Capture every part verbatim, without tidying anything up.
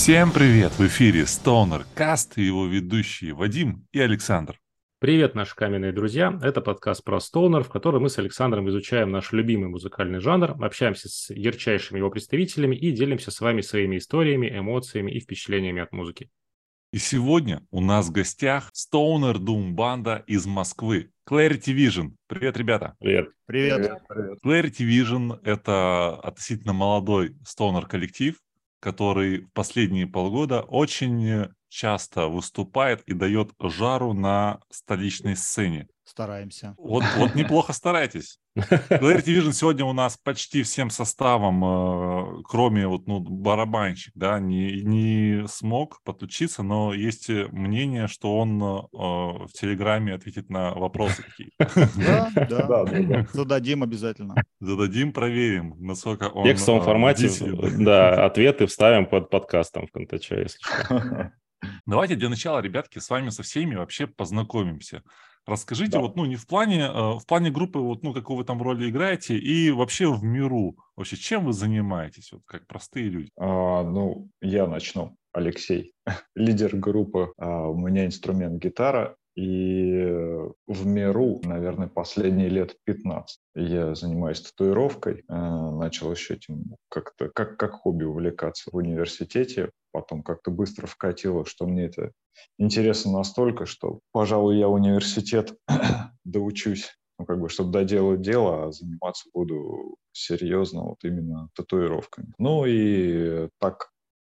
Всем привет! В эфире Stoner Cast и его ведущие Вадим и Александр. Привет, наши каменные друзья! Это подкаст про Stoner, в котором мы с Александром изучаем наш любимый музыкальный жанр, общаемся с ярчайшими его представителями и делимся с вами своими историями, эмоциями и впечатлениями от музыки. И сегодня у нас в гостях Stoner Doom банда из Москвы. Clarity Vision. Привет, ребята! Привет! Привет. Привет. Clarity Vision — это относительно молодой Stoner коллектив, который в последние полгода очень часто выступает и дает жару на столичной сцене. Стараемся. Вот, вот неплохо старайтесь. Clarity Vision сегодня у нас почти всем составом, э, кроме вот, ну, барабанщик, да, не, не смог подключиться, но есть мнение, что он э, в Телеграме ответит на вопросы какие-то. Да, Да, да. да, да. Зададим обязательно. Зададим, проверим, насколько В он текстовом э, формате, бдителен. да, ответы вставим под подкастом в Контача, если что. Давайте для начала, ребятки, с вами со всеми вообще познакомимся. Расскажите, Да. вот, ну, не в плане, э, в плане группы, вот, ну, какую вы там роли играете, и вообще в миру. Вообще, чем вы занимаетесь, вот, как простые люди? А, ну, я начну. Алексей, лидер группы. А, у меня инструмент гитара. И в миру, наверное, последние лет пятнадцать я занимаюсь татуировкой. А, начал еще этим как-то, как, как хобби увлекаться в университете. Потом как-то быстро вкатило, что мне это интересно настолько, что, пожалуй, я университет доучусь, ну, как бы, чтобы доделать дело, а заниматься буду серьезно вот именно татуировками. Ну и так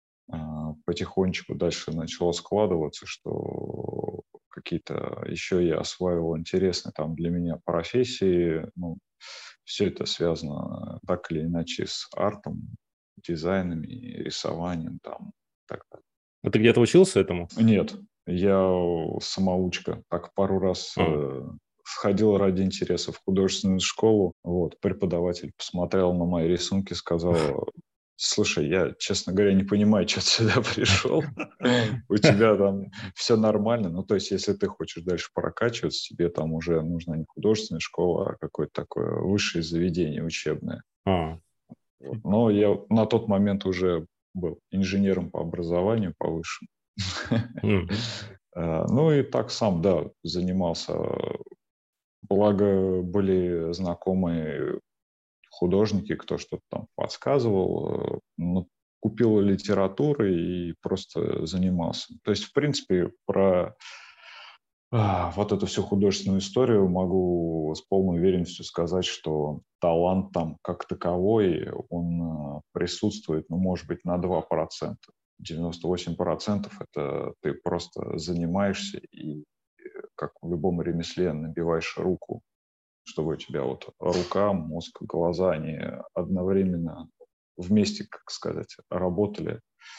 а, потихонечку дальше начало складываться, что какие-то еще я осваивал интересные там для меня профессии. Ну, все это связано так или иначе с артом, дизайнами, рисованием там и так далее. А ты где-то учился этому? Нет, я самоучка. Так пару раз А. э, сходил ради интереса в художественную школу. Вот, преподаватель посмотрел на мои рисунки, сказал: слушай, я, честно говоря, не понимаю, что ты сюда пришел. У тебя там все нормально. Ну, то есть, если ты хочешь дальше прокачиваться, тебе там уже нужна не художественная школа, а какое-то такое высшее заведение учебное. А. Вот. Но я на тот момент уже был инженером по образованию, по высшему. М. А, Ну и так сам, да, занимался. Благо были знакомые художники, кто что-то там подсказывал. э, ну, Купил литературы и просто занимался. То есть, в принципе, про а, вот эту всю художественную историю могу с полной уверенностью сказать, что талант там как таковой, он а, присутствует, ну, может быть, на два процента. девяносто восемь процентов это ты просто занимаешься и, как в любом ремесле, набиваешь руку, чтобы у тебя вот рука, мозг, глаза, они одновременно вместе, как сказать, работали.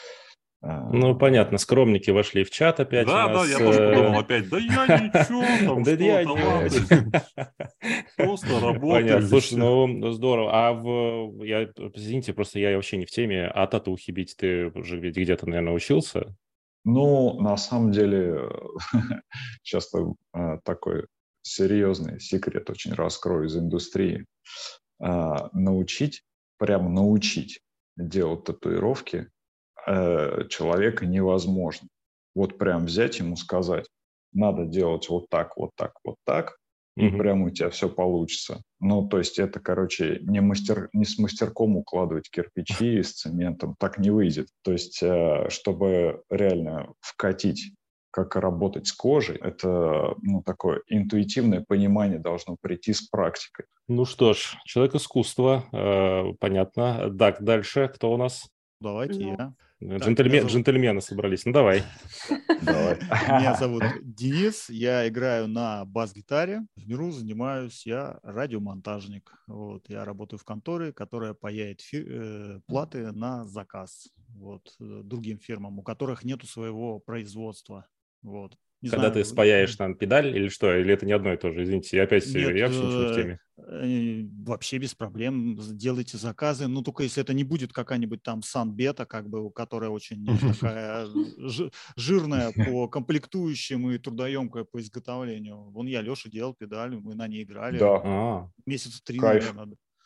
Ну, понятно, скромники вошли в чат опять у Да, да, нас. я тоже подумал э, опять, да я ничего, там, Да что, я не... таланты, просто Понятно. работаем. Слушай, ну здорово. А в... Я, извините, просто я вообще не в теме. А татухи бить ты уже ведь где-то, наверное, учился? Ну, на самом деле, часто э, такой серьезный секрет очень раскрою из индустрии. А, научить, прямо научить делать татуировки э, человека невозможно. Вот прям взять ему сказать, надо делать вот так, вот так, вот так, и Мгм. прямо у тебя все получится. Ну, то есть это, короче, не, мастер, не с мастерком укладывать кирпичи с цементом, так не выйдет. То есть, э, чтобы реально вкатить, как работать с кожей, это, ну, такое интуитивное понимание должно прийти с практикой. Ну что ж, человек искусства, э, понятно. Так, дальше кто у нас? Давайте Ну, я. Так, меня Джентльмен, зовут, джентльмены собрались. Ну давай. Давай. меня зовут Денис, я играю на бас-гитаре. В миру занимаюсь я радиомонтажник. Вот, я работаю в конторе, которая паяет фи- э, платы на заказ. Вот, э, другим фирмам, у которых нету своего производства. Вот. Не Когда ты знаю, спаяешь там педаль или что? Или это не одно и то же? Извините, я опять, э, нет, я вообще ничего не в э, теме. э, вообще без проблем. З- Делайте заказы. Ну, только если это не будет какая-нибудь там Сан-Бета, как бы, которая очень такая жи- жирная по комплектующим и трудоемкая по изготовлению. Вон я, Леша, делал педаль, мы на ней играли Да, А, месяца три, кайф. наверное.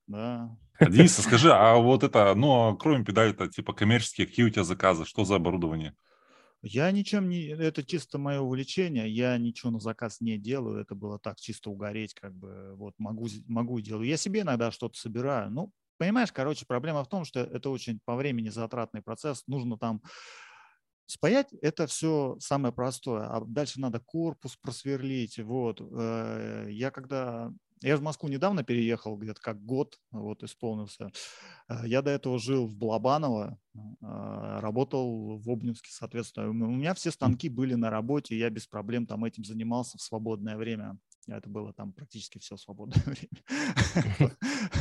да. Денис, скажи, а вот это, ну, кроме педали-то, типа коммерческие, какие у тебя заказы, что за оборудование? Я ничем не... Это чисто мое увлечение. Я ничего на заказ не делаю. Это было так, чисто угореть, как бы, вот, могу, могу и делаю. Я себе иногда что-то собираю. Ну, понимаешь, короче, проблема в том, что это очень по времени затратный процесс. Нужно там спаять, это все самое простое. А дальше надо корпус просверлить. Вот. Я когда... Я в Москву недавно переехал, где-то как год вот исполнился. Я до этого жил в Балабаново, работал в Обнинске, соответственно. У меня все станки были на работе, я без проблем там этим занимался в свободное время. Это было там практически все свободное время.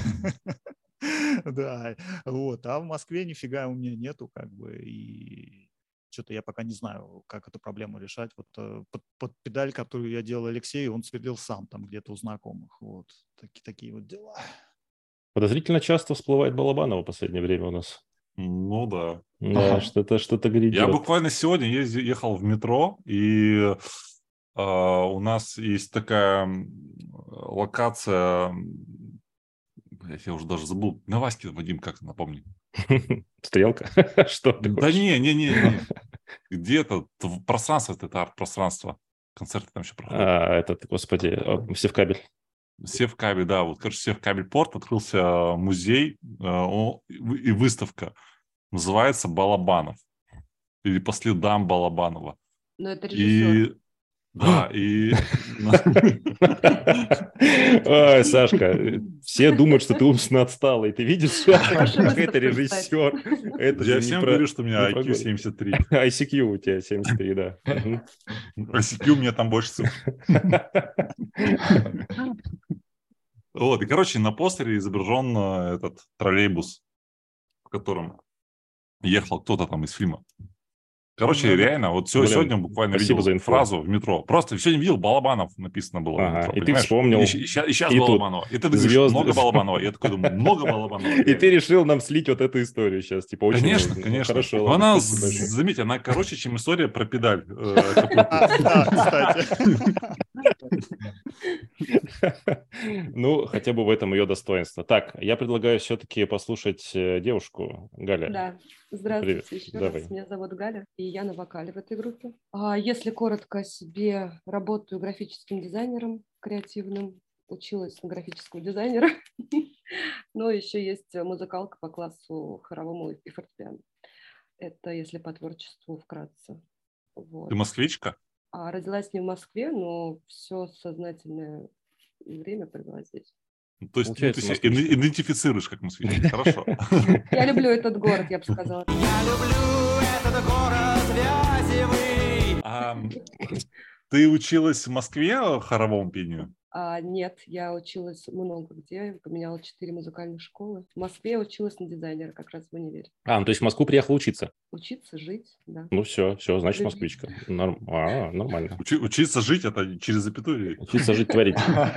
Да, вот. А в Москве нифига у меня нету, как бы, и... Что-то я пока не знаю, как эту проблему решать. Вот э, под, под педаль, которую я делал Алексею, он сверлил сам там где-то у знакомых. Вот такие, такие вот дела. Подозрительно часто всплывает Балабанова в последнее время у нас. Ну да. Да, что-то, что-то грядет. Я буквально сегодня ездил, ехал в метро, и э, у нас есть такая локация, я уже даже забыл, на Ваське, Вадим, как напомни. Стрелка? Что ты Да не, не, не, не. Где-то пространство, это арт-пространство. Концерты там еще проходят. А, этот, господи, Севкабель. Севкабель, да. Вот, короче, Севкабель порт, открылся музей и выставка. Называется «Балабанов». Или «По следам Балабанова». Но это режиссер. И... Да, и... Ой, Сашка, все думают, что ты умственно отсталый. Ты видишь, это режиссер. Я всем говорю, что у меня ай кью семьдесят три. ай си кью у тебя семьдесят три, да. ай си кью у меня там больше цифр. Вот, и, короче, на постере изображен этот троллейбус, в котором ехал кто-то там из фильма. Короче, ну, реально, вот все, Блин, сегодня буквально видел фразу в метро. Просто сегодня видел, Балабанов написано было ага, в метро, и понимаешь? ты вспомнил. И, и, и сейчас и Балабанова. И ты думаешь, звезды... много Балабанова. Я такой думаю, много Балабанова. И ты решил нам слить вот эту историю сейчас. Типа, очень конечно, много. конечно. Хорошо, ладно, она, заметьте, она короче, чем история про педаль. Кстати. Ну, хотя бы в этом ее достоинство. Так, я предлагаю все-таки послушать девушку, Галя. Да. Здравствуйте Привет. еще Давай. раз. Меня зовут Галя, и я на вокале в этой группе. А если коротко о себе, работаю графическим дизайнером креативным, училась на графического дизайнера, но еще есть музыкалка по классу хоровому и фортепиано. Это если по творчеству вкратце. Вот. Ты москвичка? А, родилась не в Москве, но все сознательное время провела здесь. То есть ну, ты себя идентифицируешь как москвич. Хорошо. Я люблю этот город, я бы сказала. Я люблю этот город вязевый. Ты училась в Москве хоровому пению? А, нет, я училась много где, поменяла четыре музыкальных школы. В Москве я училась на дизайнера, как раз в универе. А, ну то есть в Москву приехала учиться? Учиться, жить, да. Ну все, все, значит жить. Москвичка. Норм... А, нормально. Учи, учиться жить, это через запятую? Учиться жить, творить.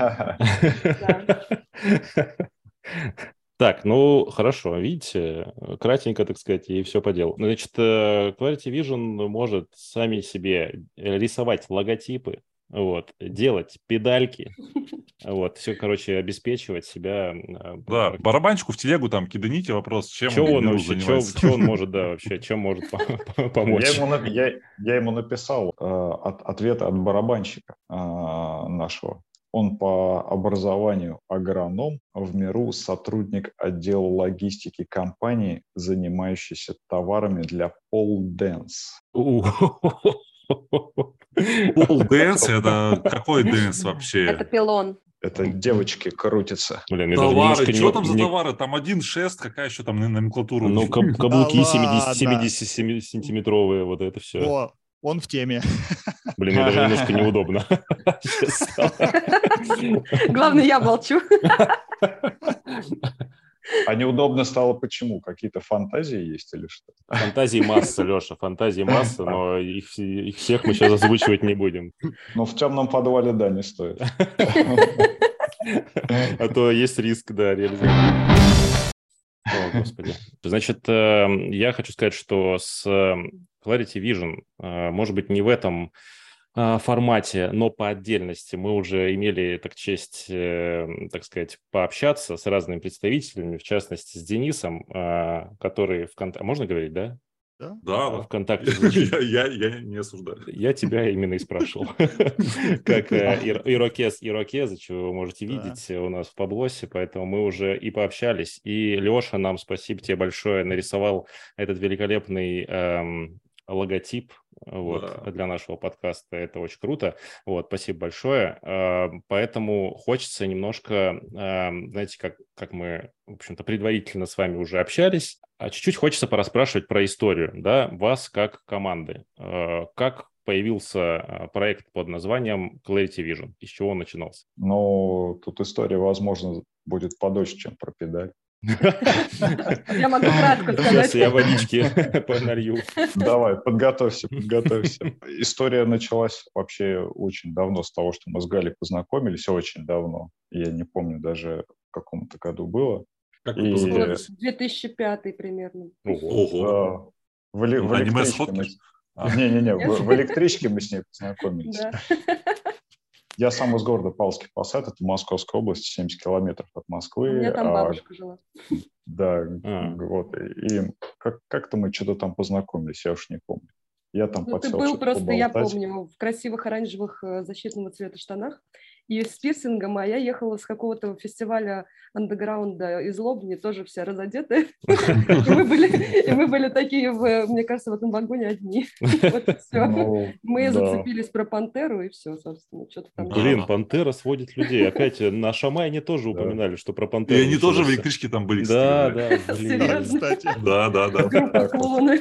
Так, ну, хорошо, видите, кратенько, так сказать, и все по делу. Значит, Clarity Vision может сами себе рисовать логотипы, вот, делать педальки, вот, все, короче, обеспечивать себя. Да, барабанщику в телегу там киданите вопрос, чем чё он, он вообще, чё, чё он может, да, вообще, чем может помочь. Я ему, я, я ему написал э, от, ответ от барабанщика э, нашего. Он по образованию агроном, в миру сотрудник отдела логистики компании, занимающейся товарами для Pole Dance. Pole Dance? Это какой дэнс вообще? Это пилон. Это девочки крутятся. Блин, товары, что не, там за не... товары? Там один шест, какая еще там номенклатура? Ну, каб- каблуки да семидесятисантиметровые, вот это все. О, он в теме. Блин, мне даже немножко неудобно. Главное, я молчу. А неудобно стало почему? Какие-то фантазии есть или что? Фантазии масса, Леша, фантазии масса, но их, их всех мы сейчас озвучивать не будем. Ну, в темном подвале, да, не стоит. А то есть риск, да, реализовать. О, Господи. Значит, я хочу сказать, что с Clarity Vision, может быть, не в этом формате, но по отдельности. Мы уже имели так честь, э, так сказать, пообщаться с разными представителями, в частности, с Денисом, э, который в контакте... Можно говорить, да? Да? Да, да. ВКонтакте звучит. Я, я, я не осуждаю. Я тебя именно и спрашивал. Как Ирокез Ирокезыч, вы можете видеть у нас в Паблосе, поэтому мы уже и пообщались. И Леша нам, спасибо тебе большое, нарисовал этот великолепный логотип вот, да. для нашего подкаста. Это очень круто. Вот, спасибо большое. Поэтому хочется немножко, знаете, как, как мы, в общем-то, предварительно с вами уже общались, а чуть-чуть хочется пораспрашивать про историю, да, вас как команды. Как появился проект под названием Clarity Vision? Из чего он начинался? Ну, тут история, возможно, будет подольше, чем про педаль. Я могу кратко сказать. Сейчас я водички налью. Давай, подготовься, подготовься. История началась вообще очень давно, с того, что мы с Галей познакомились, очень давно. Я не помню даже, в каком-то году было. Как вы познакомились? две тысячи пятый примерно. Ого. В электричке мы... Не-не-не, в электричке мы с ней познакомились. Я сам из города Павловский Посад, это Московская область, семьдесят километров от Москвы. У меня там бабушка а, жила. Да, а. вот. И как- как-то мы что-то там познакомились, я уж не помню. Я там ну, подсел, ты был просто, поболтать. Я помню, в красивых оранжевых защитного цвета штанах и с пирсингом, а я ехала с какого-то фестиваля андеграунда из Лобни, тоже все разодеты. И мы были такие, мне кажется, в этом вагоне одни. Вот все. Мы зацепились про Пантеру, и все, собственно. Блин, Пантера сводит людей. Опять на Шамайне тоже упоминали, что про Пантеру. И они тоже в электричке там были. Да, да, блин. Кстати. Да, да, да. Группа клоуны.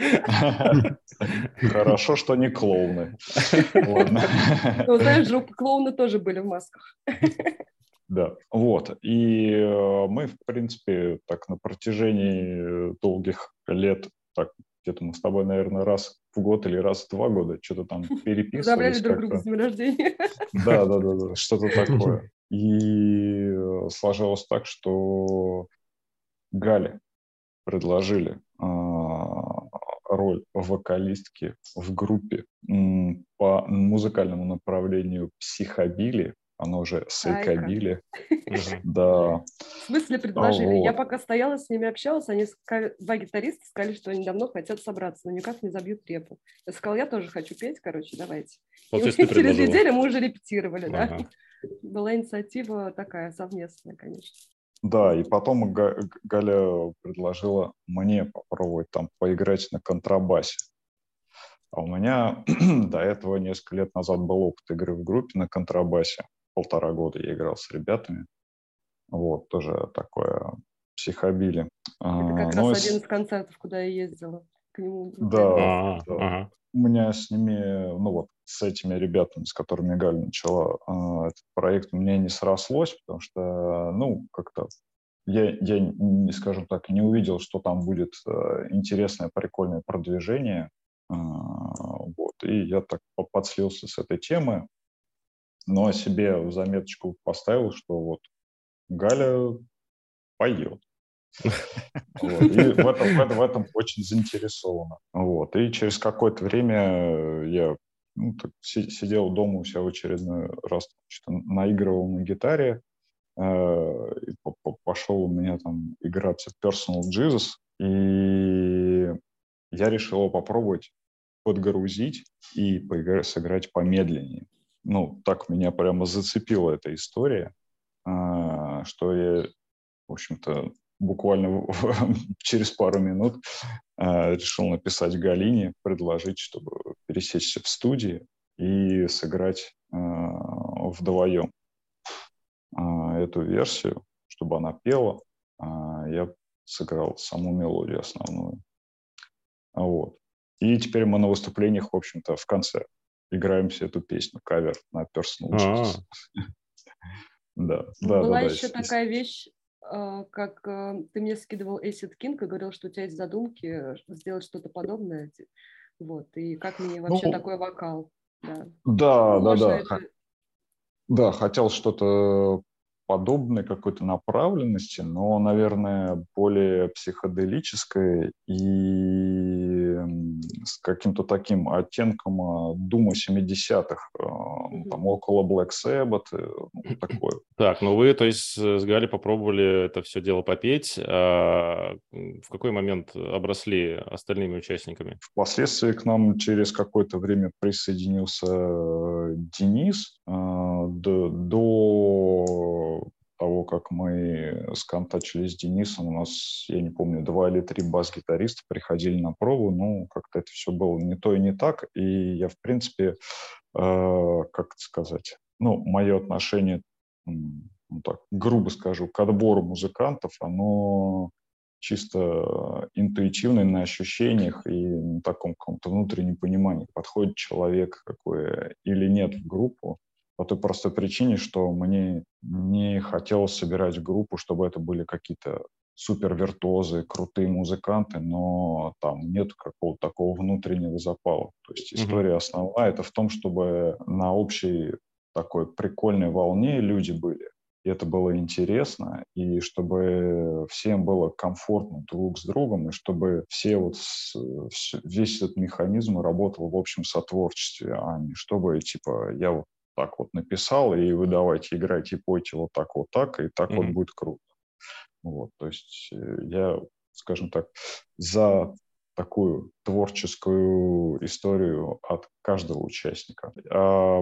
Хорошо, что не клоуны. Ладно. Ну, знаешь, группа клоуны тоже были в масках. Да, вот. И мы, в принципе, так на протяжении долгих лет, так где-то мы с тобой, наверное, раз в год или раз в два года что-то там переписывались. Поздравляли друг друга с днем рождения. Да, да, да, да, что-то такое. И сложилось так, что Гале предложили роль вокалистки в группе по музыкальному направлению психодили, оно уже сайкобили. Да. В смысле предложили? Вот. Я пока стояла с ними общалась, они сказали, два гитариста сказали, что они давно хотят собраться, но никак не забьют репу. Я сказала, я тоже хочу петь, короче, давайте. И через неделю мы уже репетировали, ага. да. Была инициатива такая совместная, конечно. Да, и потом Галя предложила мне попробовать там поиграть на контрабасе. А у меня до этого несколько лет назад был опыт игры в группе на контрабасе. Полтора года я играл с ребятами. Вот, тоже такое психобили. Это как а, раз один из концертов, куда я ездила. К нему. Да, да. Ага. У меня с ними, ну вот, с этими ребятами, с которыми Галя начала э, этот проект, у меня не срослось, потому что, ну, как-то я, я не, скажем так, не увидел, что там будет э, интересное, прикольное продвижение. Э, вот, и я так подслился с этой темы, но себе в заметочку поставил, что вот Галя поет. Вот. И в этом, в, этом, в этом очень заинтересована. Вот. И через какое-то время я ну, так, сидел дома у себя в очередной раз, наигрывал на гитаре, э, и пошел у меня там играться в Personal Jesus, и я решил его попробовать подгрузить и поиграть, сыграть помедленнее. Ну, так меня прямо зацепила эта история, э, что я, в общем-то, буквально через пару минут э, решил написать Галине, предложить, чтобы пересечься в студии и сыграть э, вдвоем э, эту версию, чтобы она пела. Э, я сыграл саму мелодию основную. Вот. И теперь мы на выступлениях, в общем-то, в конце играем всю эту песню, кавер на Personal Jesus. Да, да, была да, еще да, такая вещь, как ты мне скидывал Acid King и говорил, что у тебя есть задумки сделать что-то подобное. Вот. И как мне вообще ну, такой вокал? Да, да, ну, да. Да. Это... да, хотел что-то подобной какой-то направленности, но, наверное, более психоделической и с каким-то таким оттенком дума семидесятых, mm-hmm. там около Black Sabbath, ну, такое. Так, ну вы, то есть, с Галей попробовали это все дело попеть. А в какой момент обросли остальными участниками? Впоследствии к нам через какое-то время присоединился Денис. До, до того, как мы сконтачились с Денисом, у нас, я не помню, два или три бас-гитариста приходили на пробу. Ну, как-то это все было не то и не так. И я, в принципе, как это сказать, ну, мое отношение, ну, так, грубо скажу, к отбору музыкантов, оно чисто интуитивное, на ощущениях и на таком каком-то внутреннем понимании, подходит человек какой или нет в группу, по той простой причине, что мне не хотелось собирать группу, чтобы это были какие-то супер-виртуозы, крутые музыканты, но там нет какого-то такого внутреннего запала. То есть история mm-hmm. основная это в том, чтобы на общей такой прикольной волне люди были. И это было интересно, и чтобы всем было комфортно друг с другом, и чтобы все вот с, весь этот механизм работал в общем сотворчестве, а не чтобы, типа, я вот так вот написал, и вы давайте играйте, пойте вот так, вот так, и так mm-hmm. вот будет круто. Вот, то есть я, скажем так, за такую творческую историю от каждого участника. А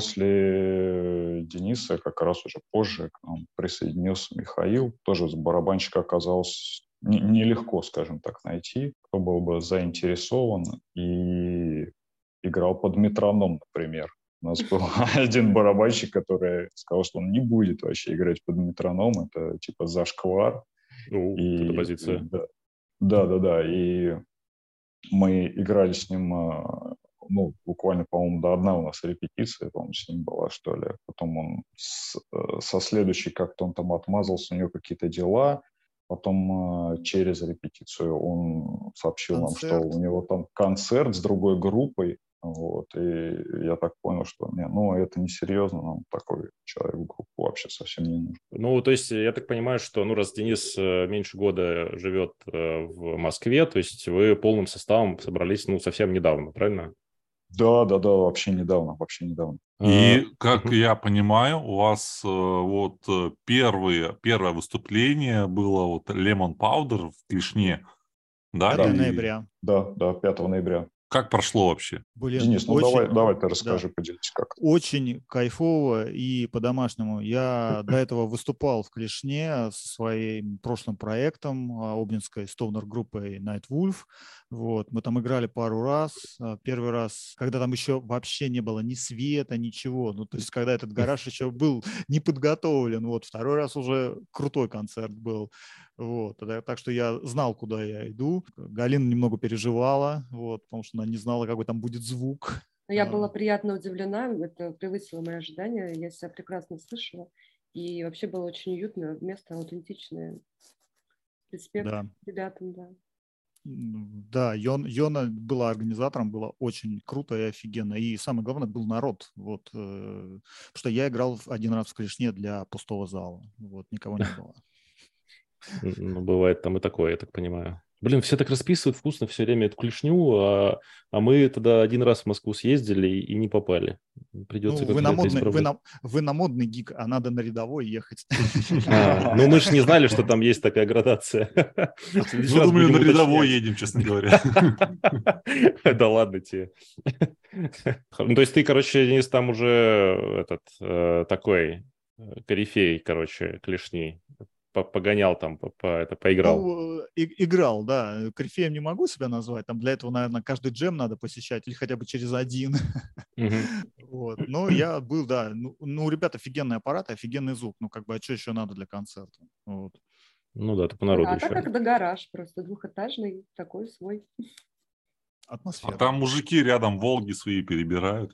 после Дениса, как раз уже позже, к нам присоединился Михаил. Тоже барабанщика оказалось не, нелегко, скажем так, найти, кто был бы заинтересован и играл под метроном, например. У нас был один барабанщик, который сказал, что он не будет вообще играть под метроном. Это типа зашквар. Ну, и, это позиция. Да, да, да, да. И мы играли с ним, ну, буквально, по-моему, до одна у нас репетиция, по-моему, с ним была, что ли. Потом он с, со следующей как-то он там отмазался, у него какие-то дела. Потом через репетицию он сообщил концерт. нам, что у него там концерт с другой группой. Вот, и я так понял, что не, ну, это несерьезно, нам такой человек в группу вообще совсем не нужен. Ну, то есть я так понимаю, что, ну, раз Денис меньше года живет в Москве, то есть вы полным составом собрались, ну, совсем недавно, правильно? Да, да, да, вообще недавно, вообще недавно. И, как uh-huh. я понимаю, у вас вот первые, первое выступление было вот Lemon Powder в Клешне, да? пятого ноября. Да, да, пятого ноября. Как прошло вообще? Блин, Денис, ну очень, давай, давай ты расскажи, да, поделись как. Очень кайфово и по-домашнему. Я до этого выступал в Клешне со своим прошлым проектом, обнинской стоунер-группой Night Wolf. Вот. Мы там играли пару раз. Первый раз, когда там еще вообще не было ни света, ничего. Ну, то есть, когда этот гараж еще был не подготовлен. Вот. Второй раз уже крутой концерт был. Вот. Так что я знал, куда я иду. Галина немного переживала, вот, потому что она не знала, какой там будет звук. Я была приятно удивлена, это превысило мои ожидания, я себя прекрасно слышала. И вообще было очень уютно, место аутентичное. Респект да. ребятам, да. Да, Йон, Йона была организатором, было очень круто и офигенно. И самое главное, был народ. Вот, э, потому что я играл один раз в Клешне для пустого зала. Вот, никого не было. Ну, бывает там и такое, я так понимаю. Блин, все так расписывают вкусно все время эту Клешню, а, а мы тогда один раз в Москву съездили и, и не попали. Придется ну, вы, на модный, вы, на, вы на модный гик, а надо на рядовой ехать. А, ну, мы же не знали, что там есть такая градация. Мы думали, на рядовой едем, честно говоря. Да ладно тебе. Ну, то есть ты, короче, Денис, там уже этот такой корифей, короче, Клешни. Погонял там, по, по, это, поиграл. Ну, и, играл, да. Корифеем не могу себя назвать. Там для этого, наверное, каждый джем надо посещать или хотя бы через один. Uh-huh. Вот. Но я был, да. Ну, ну, ребят, офигенный аппарат, офигенный звук. Ну, как бы, а что еще надо для концерта? Вот. Ну да, это по народу да, еще. А так как до гараж просто двухэтажный, такой свой. Атмосфера. А там мужики рядом Волги свои перебирают.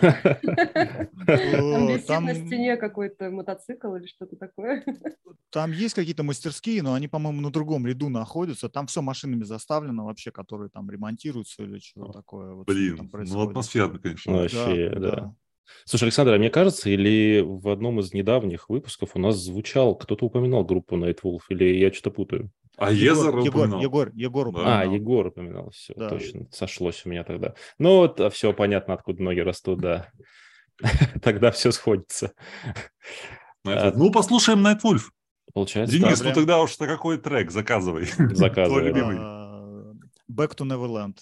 Там висит на стене какой-то мотоцикл или что-то такое. Там есть какие-то мастерские, но они, по-моему, на другом ряду находятся. Там все машинами заставлено вообще, которые там ремонтируются или что-то такое. Вот блин, ну атмосферно, конечно. Вообще, да. да. Слушай, Александр, а мне кажется, или в одном из недавних выпусков у нас звучал, кто-то упоминал группу Night Wolf, или я что-то путаю? А Егор, Езер Егор, упоминал. Егор, Егор Да. упоминал. А, Егор упоминал, все, Да. точно, сошлось у меня тогда. Ну вот, все понятно, откуда ноги растут, да. Тогда все сходится. Nightwolf. Ну, послушаем Nightwolf. Получается, Денис, да. ну тогда уж на какой трек заказывай. Заказывай. Твой любимый. А, Back to Neverland.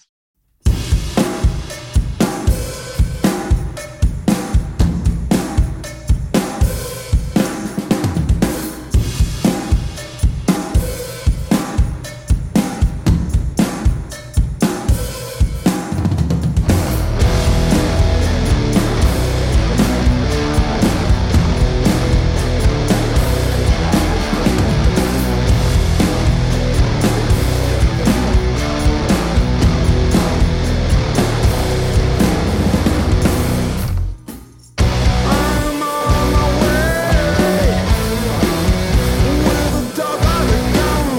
I'm on my way with a dog on the gun,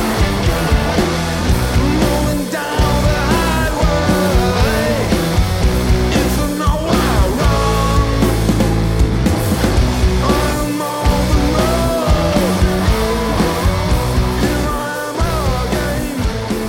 moving down the highway into nowhere wrong. I'm on the road, here I am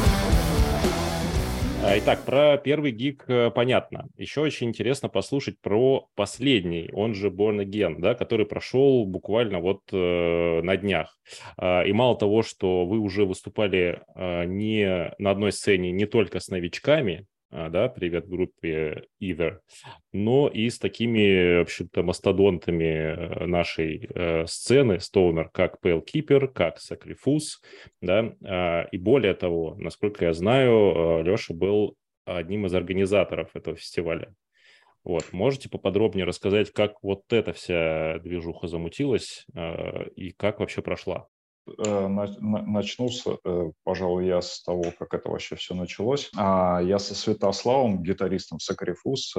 again. А, Итак, про первый гиг э, понятно. Еще очень интересно послушать про последний, он же Born Again, да, который прошел буквально вот э, на днях. А, И мало того, что вы уже выступали э, не на одной сцене не только с новичками, а, да, привет группе Either, но и с такими, в общем-то, мастодонтами э, нашей э, сцены, Stoner, как Pale Keeper, как Sacrifice, да, а, и более того, насколько я знаю, Леша был одним из организаторов этого фестиваля. Вот, можете поподробнее рассказать, как вот эта вся движуха замутилась э, и как вообще прошла? Э, на- на- Начну, с, э, пожалуй, я с того, как это вообще все началось. А, Я со Святославом, гитаристом Sacrifice,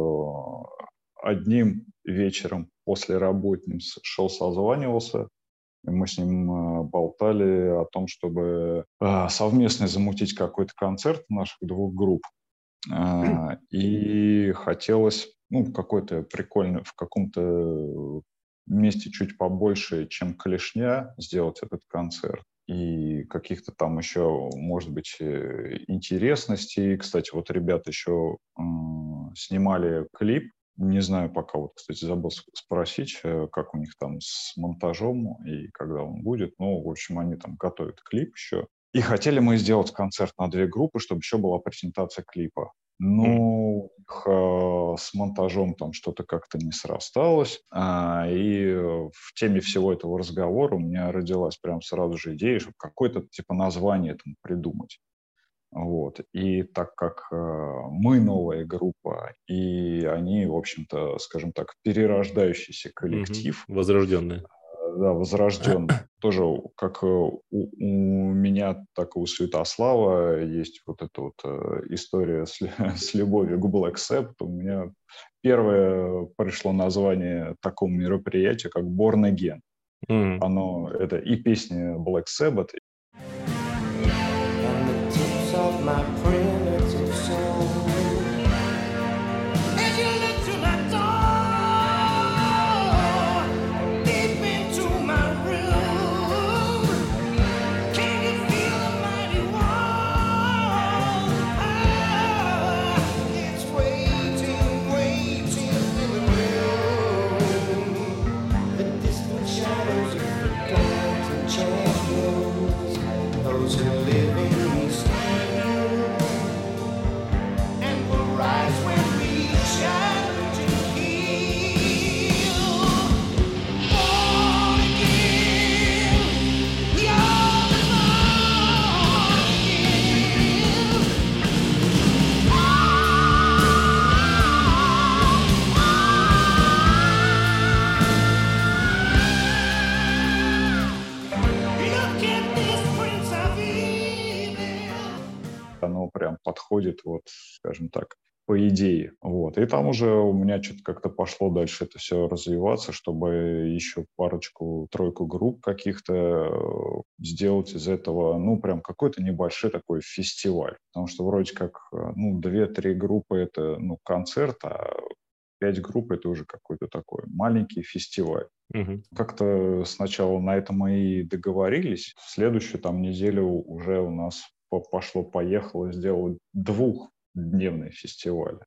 э, одним вечером после работниц шел, созванивался. И мы с ним э, болтали о том, чтобы э, совместно замутить какой-то концерт наших двух групп. А, И хотелось, ну, какой-то прикольный, в каком-то месте чуть побольше, чем Клешня, сделать этот концерт. И каких-то там еще, может быть, э, интересностей. Кстати, вот ребята еще м, снимали клип. Не знаю пока, вот, кстати, забыл с- спросить, э, как у них там с монтажом и когда он будет. Ну, в общем, они там готовят клип еще. И хотели мы сделать концерт на две группы, чтобы еще была презентация клипа. Ну, х- с монтажом там что-то как-то не срасталось. А, и э, в теме всего этого разговора у меня родилась прям сразу же идея, чтобы какое-то типа название этому придумать. Вот. И так как э, мы новая группа, и они, в общем-то, скажем так, перерождающийся коллектив, Мгм. Возрожденные. да, возрожденный. Тоже как э, у, у меня, так и у Святослава есть вот эта вот э, история с, лю- с любовью к Black Sabbath. У меня первое пришло название такому мероприятию, как Born Again. Мгм. Оно, это и песня Black Sabbath, On the tips of my primitive soul. As you look through my door, deep into my room, can you feel the mighty wall? Ah, it's waiting, waiting in the room. The distant shadows of forgotten champions, those who live in still, and will rise when we challenge and heal. Born again, you're born again. Look at this Prince of Evil. оно прям подходит, вот, скажем так, по идее. Вот. И там уже у меня что-то как-то пошло дальше это все развиваться, чтобы еще парочку-тройку групп каких-то э, сделать из этого, ну, прям какой-то небольшой такой фестиваль. Потому что вроде как, э, ну, две-три группы — это, ну, концерт, а пять групп — это уже какой-то такой маленький фестиваль. Мгм. Как-то сначала на это мы и договорились. В следующую там неделю уже у нас по- пошло-поехало, сделать двухдневный фестиваль.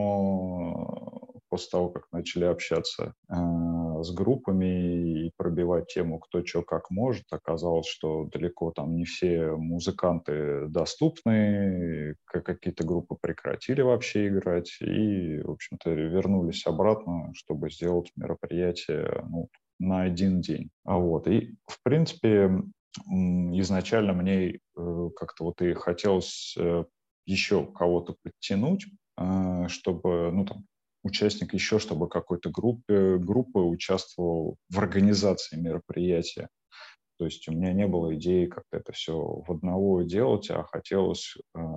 Но после того, как начали общаться э, с группами и пробивать тему, кто что как может, оказалось, что далеко там не все музыканты доступны, к- какие-то группы прекратили вообще играть и, в общем-то, вернулись обратно, чтобы сделать мероприятие, ну, на один день. А вот. И, в принципе, м, изначально мне э, как-то вот и хотелось э, еще кого-то подтянуть, э, чтобы, ну, там, участник еще, чтобы какой-то группе, группы участвовал в организации мероприятия. То есть у меня не было идеи как-то это все в одного делать, а хотелось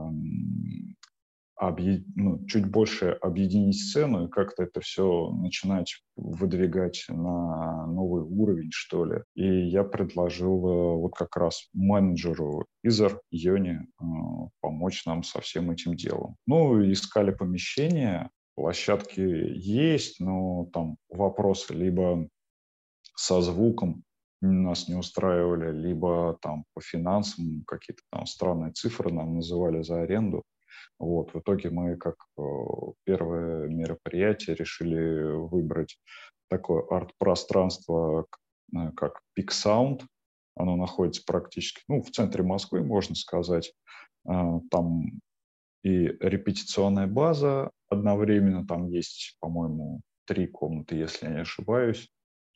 эм, объе- ну, чуть больше объединить сцену и как-то это все начинать выдвигать на новый уровень, что ли. И я предложил э, вот как раз менеджеру Изар, Йоне, э, помочь нам со всем этим делом. Ну, искали помещение, площадки есть, но там вопросы либо со звуком нас не устраивали, либо там по финансам какие-то там странные цифры нам называли за аренду. Вот, в итоге мы как э, первое мероприятие решили выбрать такое арт-пространство, к- э, как Peak Sound. Оно находится практически, ну, в центре Москвы, можно сказать. А, Там и репетиционная база одновременно, там есть, по-моему, три комнаты, если я не ошибаюсь,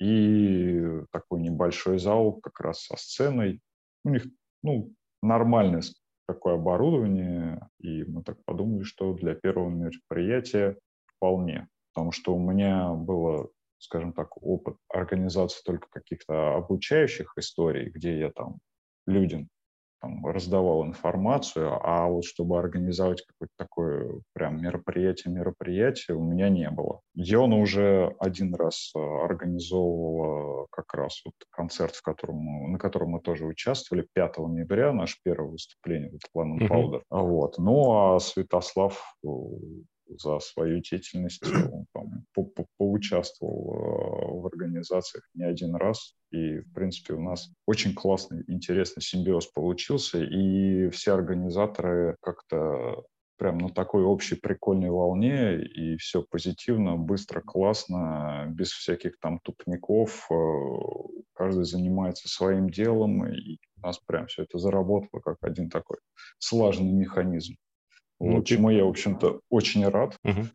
и такой небольшой зал как раз со сценой. У них, ну, нормальное с- такое оборудование, и мы так подумали, что для первого мероприятия вполне. Потому что у меня было, скажем так, опыт организации только каких-то обучающих историй, где я там людям там, раздавал информацию, а вот чтобы организовать какое-то такое прям мероприятие-мероприятие у меня не было. Йона уже один раз э, организовывала как раз вот концерт, в котором мы- на котором мы тоже участвовали, пятого ноября, наше первое выступление, вот Lemon Мгм. Powder. Вот. Ну, а Святослав э, за свою деятельность он там по- по- поучаствовал э, в организациях не один раз. И, в принципе, у нас очень классный, интересный симбиоз получился. И все организаторы как-то прям на такой общей прикольной волне, и все позитивно, быстро, классно, без всяких там тупников. Э, Каждый занимается своим делом, и у нас прям все это заработало как один такой слаженный механизм. Ну, Вот, ты... чему я, в общем-то, очень рад. Мгм.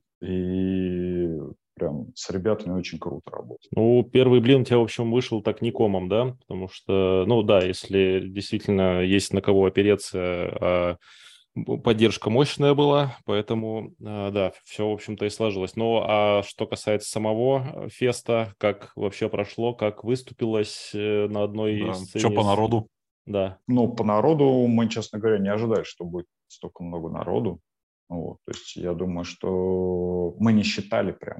И прям с ребятами очень круто работать. Ну, первый блин у тебя, в общем, вышел так не комом, да? Потому что, ну да, если действительно есть на кого опереться, а б- поддержка мощная была, поэтому, а, да, все, в общем-то, и сложилось. Ну, а что касается самого э, феста, как вообще прошло, как выступилось э, на одной Да. Что сцене по с... народу? Да. Но по народу мы, честно говоря, не ожидали, что будет столько много народу. Вот. То есть я думаю, что мы не считали прям,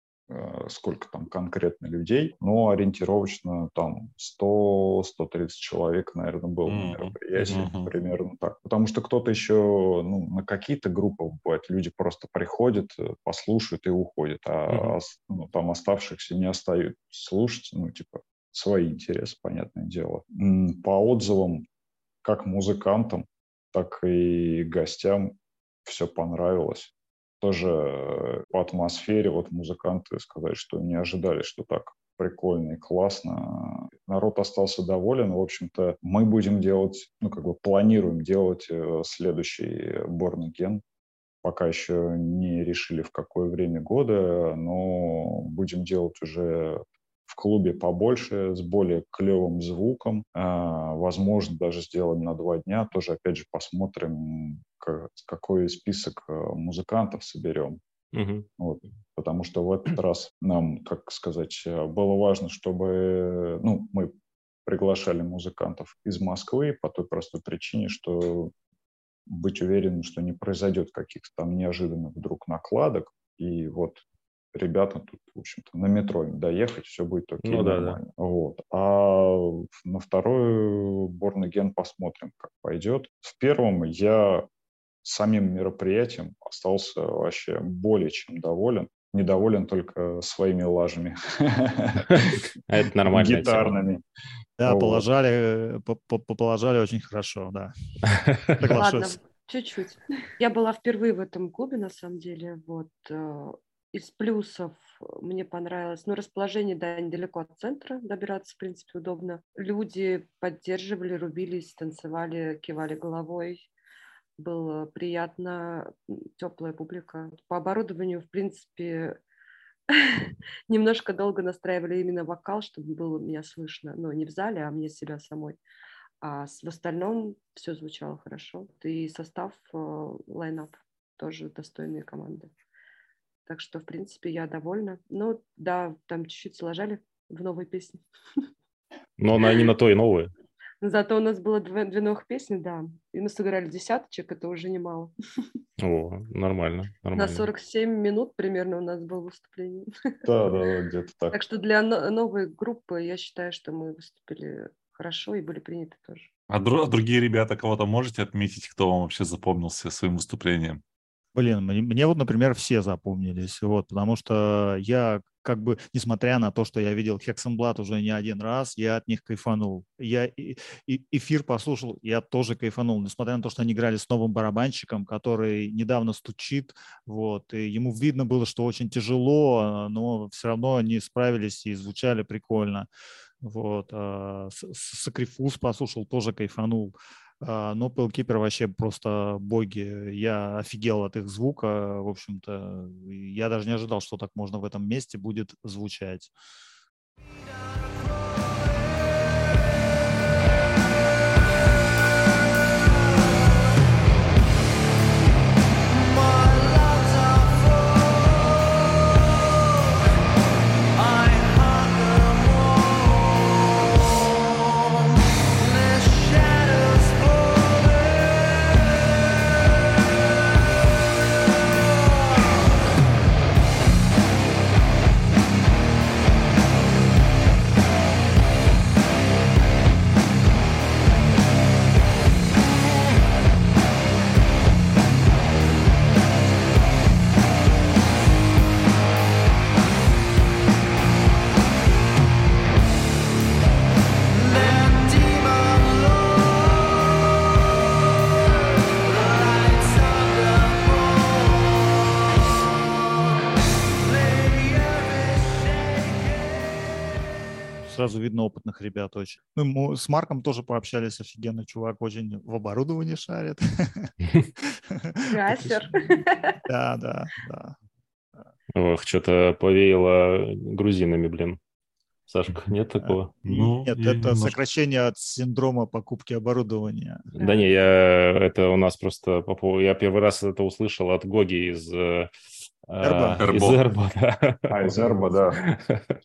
э, сколько там конкретно людей, но ориентировочно там сто сто тридцать человек, наверное, было на Мгм. мероприятии, Мгм. примерно так. Потому что кто-то еще, ну, на какие-то группы, бывает, люди просто приходят, э, послушают и уходят, а Мгм. ос- ну, там оставшихся не остаются слушать, ну, типа, свои интересы, понятное дело. М, По отзывам как музыкантам, так и гостям все понравилось. Тоже э, по атмосфере вот музыканты сказали, что не ожидали, что так прикольно и классно. Народ остался доволен. В общем-то, мы будем делать, ну, как бы планируем делать э, следующий Born Again. Пока еще не решили, в какое время года, но будем делать уже в клубе побольше, с более клевым звуком. А, возможно, даже сделаем на два дня. Тоже, опять же, посмотрим, к- какой список э, музыкантов соберем. Мгм. Вот. Потому что в этот раз нам, как сказать, э, было важно, чтобы, ну, мы приглашали музыкантов из Москвы по той простой причине, что быть уверенным, что не произойдет каких-то там неожиданных вдруг накладок. И вот ребята тут, в общем-то, на метро им доехать, все будет окей, Ну да, да. нормально. Вот. А на второй Born Again посмотрим, как пойдет. В первом я самим мероприятием остался вообще более чем доволен. недоволен только своими лажами. Это нормальная тема. Гитарными. Да, Вот. положали, по- по- положали очень хорошо, да. Ладно, Соглашусь. чуть-чуть. Я была впервые в этом клубе, на самом деле. Вот. э, Из плюсов мне понравилось, ну, расположение, да, недалеко от центра, добираться, в принципе, удобно. Люди поддерживали, рубились, танцевали, кивали головой. Было приятно, м, теплая публика. По оборудованию, в принципе, немножко долго настраивали именно вокал, чтобы было меня слышно. Но не в зале, а мне себя самой. А с- в остальном все звучало хорошо. И состав, э, лайнап тоже достойные команды. Так что, в принципе, я довольна. Ну, да, там чуть-чуть сложали в новой песне. Но она не на то и новые. Но зато у нас было две, две новых песни, да. И мы сыграли десяточек, это уже немало. О, нормально, На нормально. сорок семь минут примерно у нас было выступление. Да, да, да, где-то так. Так что для но- новой группы я считаю, что мы выступили хорошо и были приняты тоже. А, дру- а другие ребята кого-то можете отметить, кто вам вообще запомнился своим выступлением? Блин, мне, мне вот, например, все запомнились, вот, потому что я как бы, несмотря на то, что я видел Hexenblatt уже не один раз, я от них кайфанул. Я и, и эфир послушал, я тоже кайфанул, несмотря на то, что они играли с новым барабанщиком, который недавно стучит, вот, и ему видно было, что очень тяжело, но все равно они справились и звучали прикольно. Вот, а, С- С- Сакрифус послушал, тоже кайфанул. А, Но Pellkeeper вообще просто боги. Я офигел от их звука. В общем-то, я даже не ожидал, что так можно в этом месте будет звучать. Сразу видно опытных ребят очень. Ну, мы с Марком тоже пообщались, офигенный чувак, очень в оборудовании шарит. Гасер. Да, да, да. Ох, что-то повеяло грузинами, блин. Сашка, нет такого? Ну, Нет, я это немножко- сокращение от синдрома покупки оборудования. Да не, я это у нас просто по поводу- я первый раз это услышал от Гоги из э, Эрбо? а, из Эрбо. Эрбо, да. А, из Эрбо, да.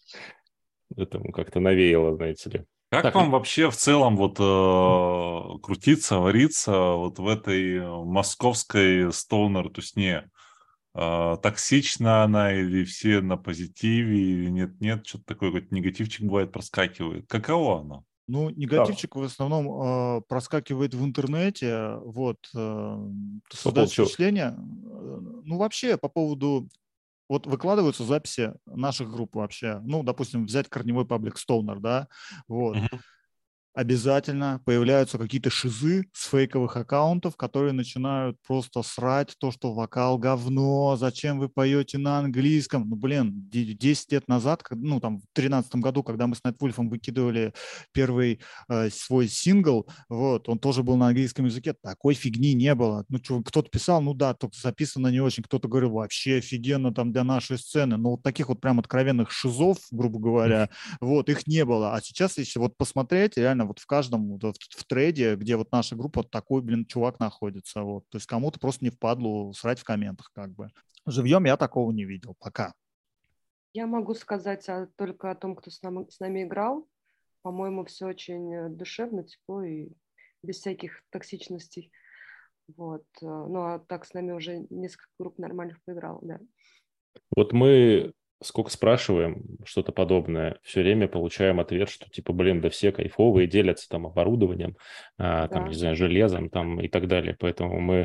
Этому как-то навеяло, знаете ли. Как Так, вам вообще в целом вот э, крутиться, вариться вот в этой э, московской стоунер-тусне? Э, токсична она или все на позитиве, или нет-нет, что-то такое, какой-то негативчик бывает проскакивает? Каково оно? Ну, негативчик в основном э, проскакивает в интернете, вот, э, создает чего? впечатление. э, Ну, вообще, по поводу, вот выкладываются записи наших групп вообще, ну, допустим, взять корневой паблик Stoner, да, вот, Мгм. обязательно появляются какие-то шизы с фейковых аккаунтов, которые начинают просто срать то, что вокал говно, зачем вы поете на английском. Ну, блин, де- десять лет назад, как- ну, там, в тринадцатом году, когда мы с Nightwolf выкидывали первый э, свой сингл, вот, он тоже был на английском языке, такой фигни не было. Ну, чё, кто-то писал, ну да, только записано не очень, кто-то говорил, вообще офигенно там для нашей сцены. Но вот таких вот прям откровенных шизов, грубо говоря, вот, их не было. А сейчас, если вот посмотреть, реально вот в каждом вот в, в трейде, где вот наша группа, вот такой, блин, чувак находится. Вот. То есть кому-то просто не впадлу срать в комментах как бы. Живьем я такого не видел пока. Я могу сказать а, только о том, кто с нами, с нами играл. По-моему, все очень э, душевно, тепло и без всяких токсичностей. Вот. э, Ну, а так с нами уже несколько групп нормальных поиграл, да. Вот мы сколько спрашиваем что-то подобное, все время получаем ответ, что типа, блин, да все кайфовые, делятся там оборудованием, а, там, Да. не знаю, железом там и так далее. Поэтому мы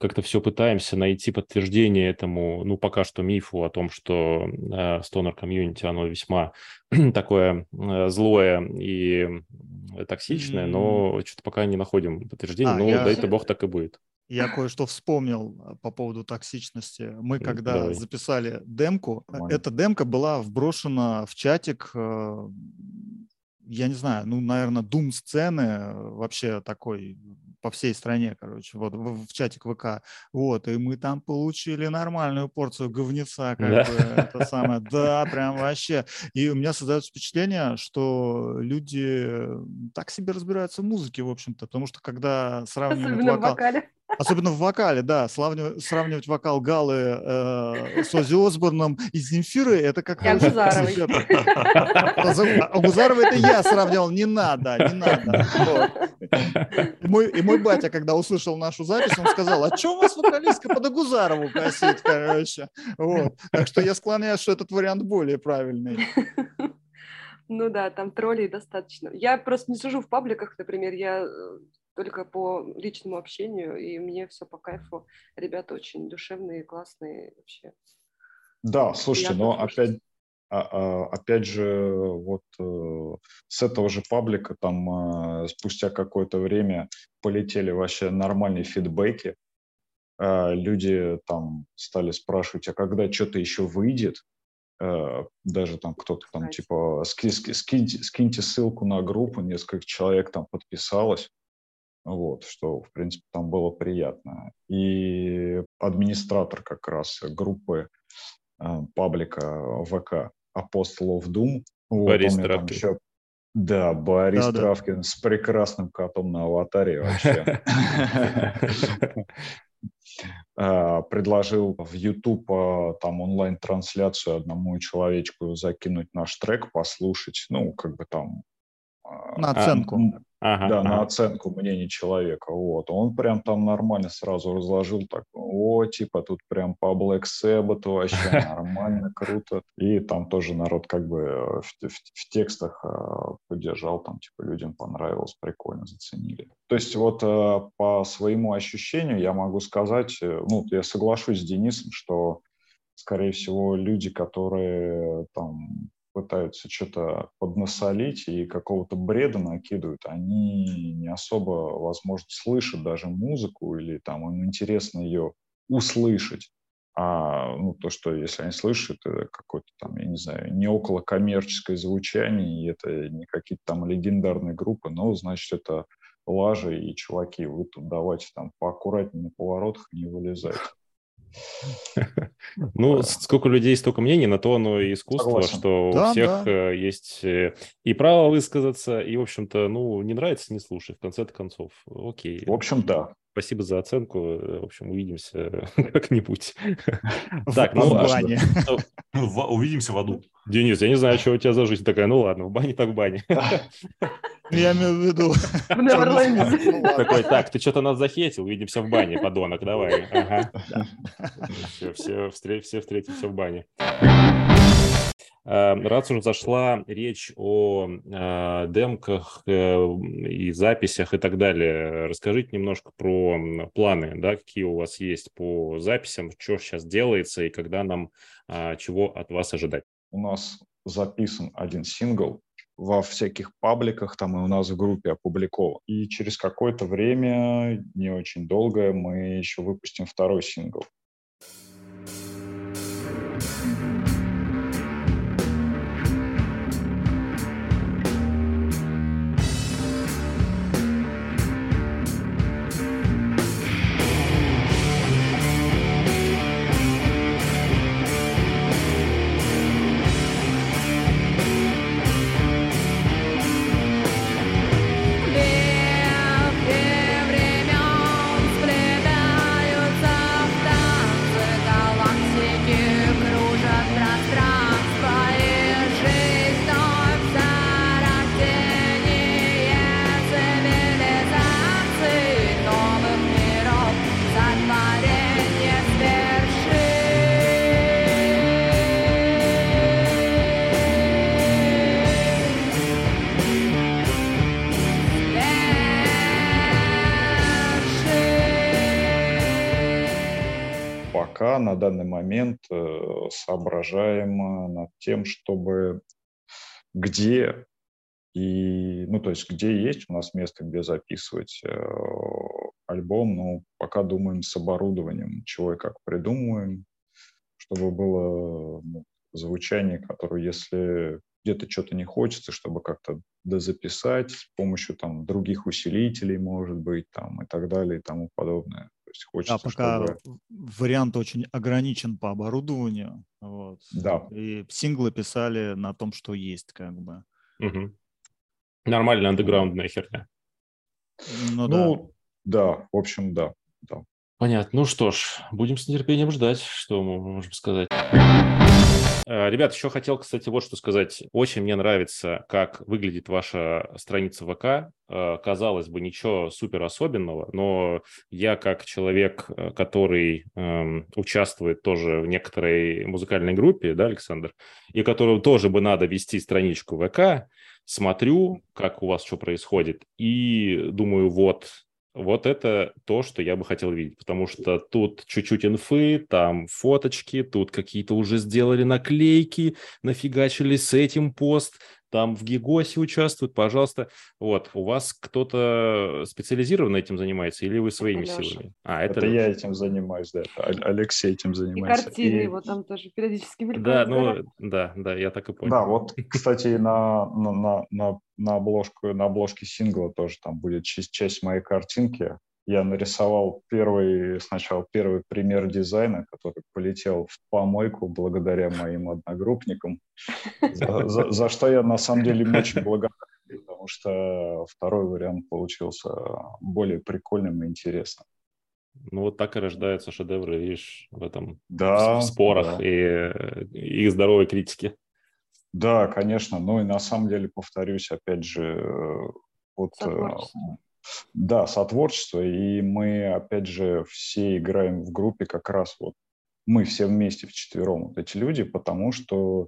как-то все пытаемся найти подтверждение этому, ну, пока что мифу о том, что э, стонер-комьюнити, оно весьма такое э, злое и токсичное, но что-то пока не находим подтверждения, А, но я- дай-то бог так и будет. Я кое-что вспомнил по поводу токсичности. Мы М, когда давай. записали демку, Нормально. эта демка была вброшена в чатик, э, я не знаю, ну, наверное, дум-сцены э, вообще такой по всей стране, короче, вот в, в чатик ВК. Вот, и мы там получили нормальную порцию говнеца, как Да. бы, это самое, да, прям вообще. И у меня создается впечатление, что люди так себе разбираются в музыке, в общем-то, потому что когда сравнивают Особенно в вокал... вокале. Особенно в вокале, да. Сравнивать, сравнивать вокал Галы э, с Оззи Осборном и Земфирой, это как-то И уже... Агузаровой. А за- а Агузарова это я сравнивал, не надо, не надо. Вот. И мой, и мой батя, когда услышал нашу запись, он сказал, а что у вас вокалистка под Агузарову косит, короче. Вот. Так что я склоняюсь, что этот вариант более правильный. Ну да, там троллей достаточно. Я просто не сижу в пабликах, например, я э, только по личному общению, и мне все по кайфу. Ребята очень душевные, классные вообще. Да, слушайте, Приятно но слушать. опять, а- а, опять же, вот э, с этого же паблика там э, спустя какое-то время полетели вообще нормальные фидбэки. Э, Люди там стали спрашивать, а когда что-то еще выйдет? Э, Даже там кто-то там Кстати. типа «Ски- ски- скиньте, скиньте ссылку на группу, несколько человек там подписалось. Вот, что, в принципе, там было приятно. И администратор как раз группы э, паблика ВК Apostle of Doom. Вот, Борис он мне там Травкин. еще... Да, Борис Да-да. Травкин с прекрасным котом на аватаре вообще. Э, Предложил в YouTube э, там онлайн-трансляцию одному человечку закинуть наш трек, послушать, ну, как бы там... э, На А, оценку. м, Ага, Да, на ага. оценку мнений человека. Вот. Он прям там нормально сразу разложил, так, о, типа, тут прям по Black Sabbath вообще нормально, круто. И там тоже народ как бы э, в, в- в текстах э, поддержал, там, типа, людям понравилось, прикольно, заценили. То есть вот э, по своему ощущению я могу сказать, э, ну, я соглашусь с Денисом, что, скорее всего, люди, которые там пытаются что-то поднасолить и какого-то бреда накидывают, они не особо, возможно, слышат даже музыку или там им интересно ее услышать. А ну, то, что если они слышат, это какое-то там, я не знаю, не околокоммерческое звучание, и это не какие-то там легендарные группы, но, значит, это лажи, и, чуваки, вы тут давайте там поаккуратнее на поворотах не вылезайте. Ну, Такое. с- сколько людей, столько мнений, на то оно и искусство, Согласен. что у Да, всех да. э, есть э, и право высказаться, и, в общем-то, ну, не нравится, не слушай, в конце концов. Окей. В общем, да. Спасибо за оценку. э, В общем, увидимся как-нибудь. В- Так, в ну, а бане. что- В- Увидимся в аду. Денис, я не знаю, что у тебя за жизнь такая. Ну ладно, в бане так в бане. Я имею в виду... В Неверленде. Ну, ладно. Такой, так, ты что-то нас захейтил, увидимся в бане, подонок, давай. Ага. Все, все, встре- все встретимся в бане. Э, Раз уже зашла речь о э, демках э, и записях и так далее, расскажите немножко про м, планы, да, какие у вас есть по записям, что сейчас делается и когда нам а, чего от вас ожидать. У нас записан один сингл во всяких пабликах, там и у нас в группе опубликован. И через какое-то время, не очень долгое, мы еще выпустим второй сингл. Ветви времен сплетаются в пока на данный момент соображаем над тем, чтобы где и, ну, то есть где есть у нас место, где записывать альбом, но пока думаем с оборудованием, чего и как придумываем, чтобы было, ну, звучание, которое, если где-то что-то не хочется, чтобы как-то дозаписать с помощью там других усилителей, может быть, там и так далее и тому подобное. То есть хочется, а пока чтобы... вариант очень ограничен по оборудованию. Вот. Да. И синглы писали на том, что есть, как бы. Угу. Нормальная андеграундная херня. Ну, Ну, да. да, в общем, да. да. Понятно. Ну что ж, будем с нетерпением ждать, что мы можем сказать. Ребят, еще хотел, кстати, вот что сказать. Очень мне нравится, как выглядит ваша страница ВК. Казалось бы, ничего супер особенного, но я как человек, который эм, участвует тоже в некоторой музыкальной группе, да, Александр, и которому тоже бы надо вести страничку ВК, смотрю, как у вас что происходит, и думаю, вот... Вот это то, что я бы хотел видеть, потому что тут чуть-чуть инфы, там фоточки, тут какие-то уже сделали наклейки, нафигачили с этим пост, там в Гигосе участвуют, пожалуйста. Вот, у вас кто-то специализированно этим занимается или вы своими это силами? А, это, это я этим занимаюсь, да, это Алексей этим занимается. И картины и... его там тоже периодически мелькают. Да, ну, да, да, я так и понял. Да, вот, кстати, на, на, на, на, на, обложку, на обложке сингла тоже там будет часть, часть моей картинки. Я нарисовал первый, сначала первый пример дизайна, который полетел в помойку благодаря моим одногруппникам, за, за, за что я на самом деле им очень благодарен, потому что второй вариант получился более прикольным и интересным. Ну, вот так и рождаются шедевры, видишь, в этом, да, в спорах да. и, и здоровой критике. Да, конечно. Ну и на самом деле, повторюсь, опять же, вот... Сотворчество. Да, сотворчество, и мы, опять же, все играем в группе как раз вот, мы все вместе вчетвером, вот эти люди, потому что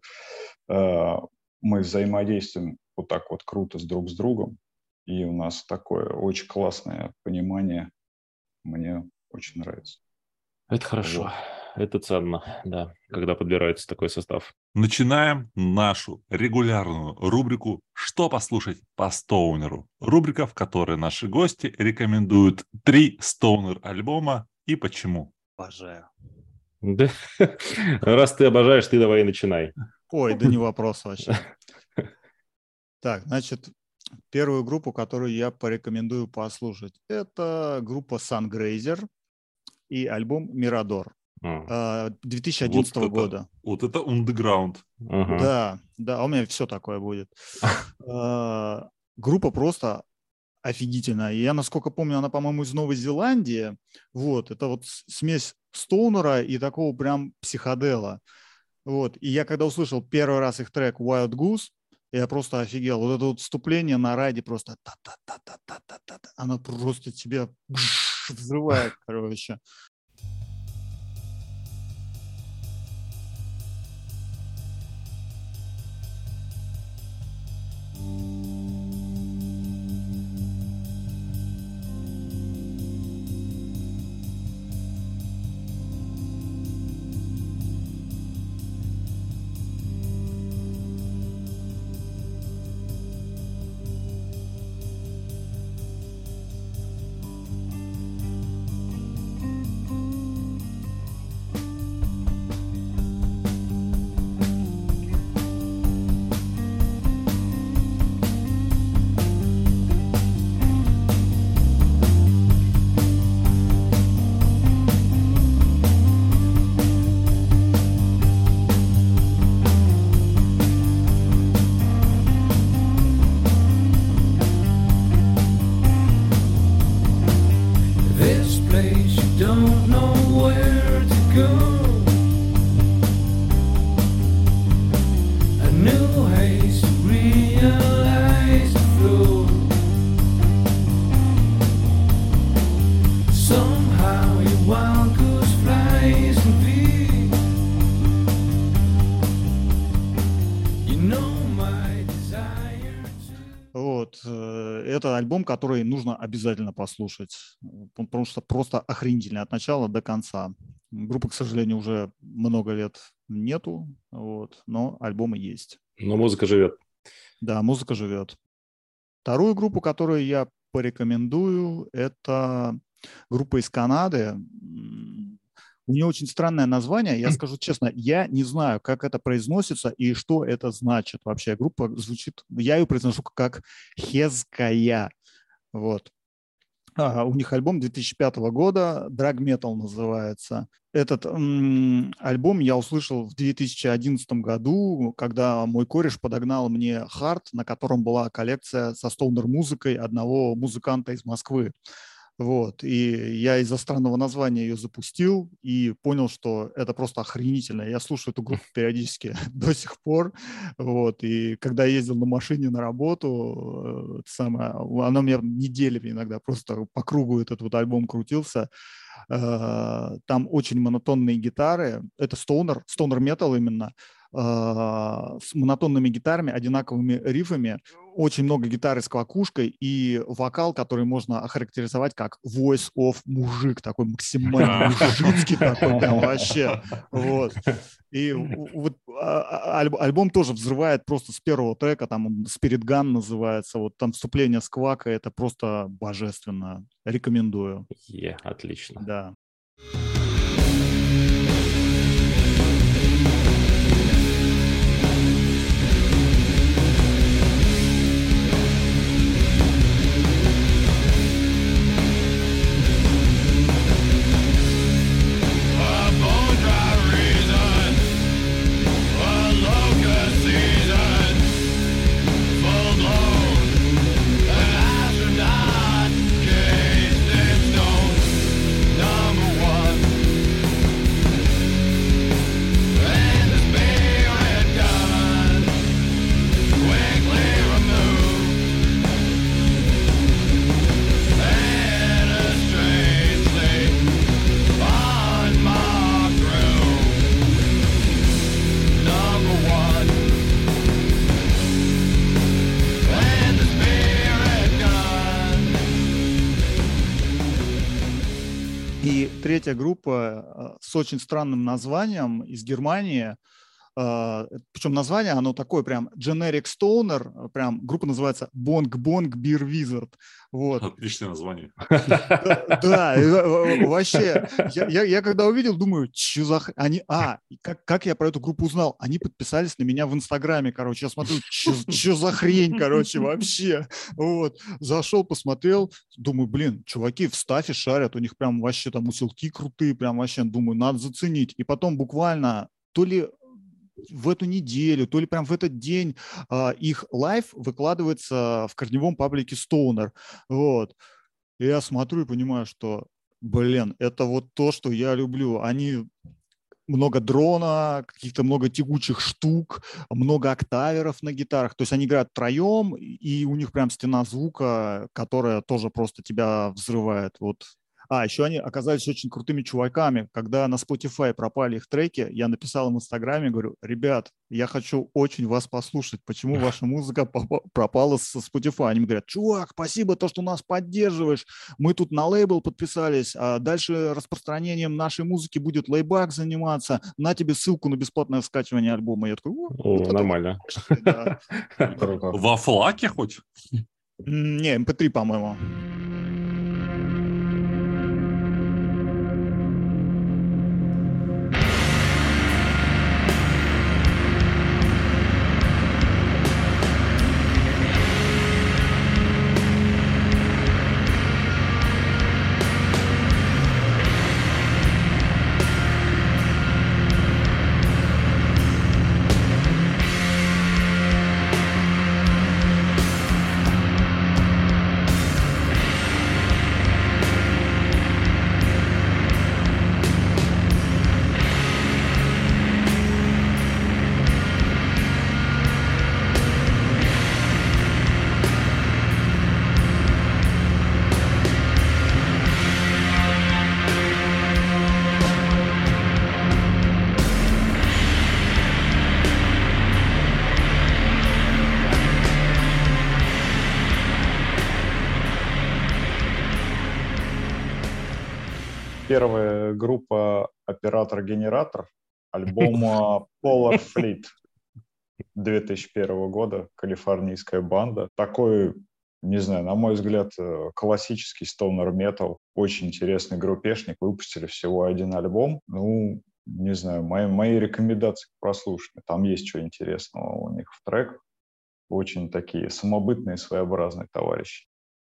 э, мы взаимодействуем вот так вот круто с друг с другом, и у нас такое очень классное понимание, мне очень нравится. Это хорошо, вот. Это ценно, да, когда подбирается такой состав. Начинаем нашу регулярную рубрику «Что послушать по стоунеру?». Рубрика, в которой наши гости рекомендуют три стоунер-альбома и почему. Обожаю. Да. Раз ты обожаешь, ты давай и начинай. Ой, да не вопрос вообще. Так, значит, первую группу, которую я порекомендую послушать, это группа Sungrazer и альбом «Мирадор». две тысячи одиннадцатого вот это, года. Вот это underground. Uh-huh. Да, да, у меня все такое будет. Группа просто офигительная. Я, насколько помню, она, по-моему, из Новой Зеландии. Вот, это вот смесь стоунера и такого прям психодела. Вот, и я когда услышал первый раз их трек Wild Goose, я просто офигел. Вот это вот вступление на райде просто та-та-та-та-та-та-та. Оно просто тебя взрывает, короче. Это альбом, который нужно обязательно послушать, потому что просто охренительный от начала до конца. Группы, к сожалению, уже много лет нету, вот, но альбомы есть. Но музыка живет. Да, музыка живет. Вторую группу, которую я порекомендую, это группа из Канады. У нее очень странное название. Я скажу честно, я не знаю, как это произносится и что это значит вообще. Группа звучит, я ее произношу как Хезкая. Вот. А, у них альбом две тысячи пятого года, Drag Metal называется. Этот м- альбом я услышал в две тысячи одиннадцатом году, когда мой кореш подогнал мне хард, на котором была коллекция со стоунер-музыкой одного музыканта из Москвы. Вот. И я из-за странного названия ее запустил и понял, что это просто охренительно. Я слушаю эту группу периодически до сих пор. Вот. И когда я ездил на машине на работу, это самое, она у меня неделями иногда просто по кругу этот вот альбом крутился. Там очень монотонные гитары. Это стоунер, стоунер-метал именно, с монотонными гитарами, одинаковыми рифами, очень много гитары с квакушкой и вокал, который можно охарактеризовать как voice of мужик, такой максимально мужицкий такой, прям вообще. Вот. И вот альбом тоже взрывает просто с первого трека, там он Spirit Gun называется, вот там вступление с квакой, это просто божественно. Рекомендую. Е, отлично. Да. Третья группа с очень странным названием из Германии. Причем название, оно такое прям generic stoner, прям группа называется Bong Bong Beer Wizard. Вот. Отличное название. Да, да вообще. Я, я, я когда увидел, думаю, что за... Они, а, как, как я про эту группу узнал? Они подписались на меня в Инстаграме, короче. Я смотрю, что за хрень, короче, вообще. Вот. Зашел, посмотрел, думаю, блин, чуваки в стафе шарят, у них прям вообще там усилки крутые, прям вообще, думаю, надо заценить. И потом буквально то ли в эту неделю, то ли прям в этот день а, их лайв выкладывается в корневом паблике Stoner. Вот. И я смотрю и понимаю, что, блин, это вот то, что я люблю. Они много дрона, каких-то много тягучих штук, много октаверов на гитарах. То есть они играют втроем, и у них прям стена звука, которая тоже просто тебя взрывает. Вот. А, еще они оказались очень крутыми чуваками. Когда на Spotify пропали их треки, я написал им в Инстаграме, говорю, ребят, я хочу очень вас послушать, почему ваша музыка пропала со Spotify. Они мне говорят, чувак, спасибо, то, что нас поддерживаешь. Мы тут на лейбл подписались, а дальше распространением нашей музыки будет лейбак заниматься. На тебе ссылку на бесплатное скачивание альбома. Я такой, о, вот нормально. Да. Во флаке хоть? Не, эм пэ три, по-моему. первая группа «Оператор-генератор», альбома Polar Fleet две тысячи первого года, калифорнийская банда. Такой, не знаю, на мой взгляд, классический стоунер-метал, очень интересный группешник, выпустили всего один альбом. Ну, не знаю, мои, мои рекомендации к прослушиванию. Там есть что интересного у них в треках. Очень такие самобытные, своеобразные товарищи.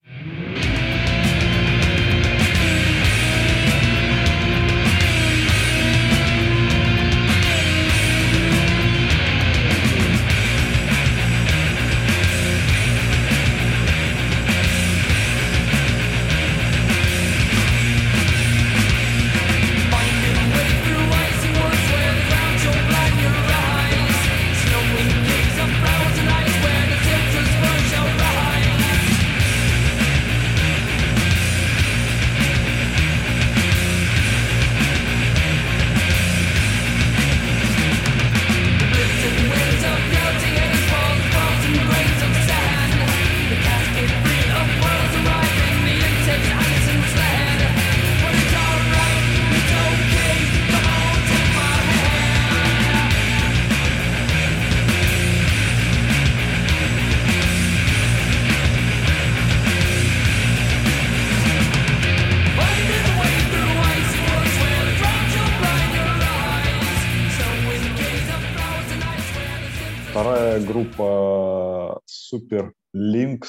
Вторая группа Super Lynx.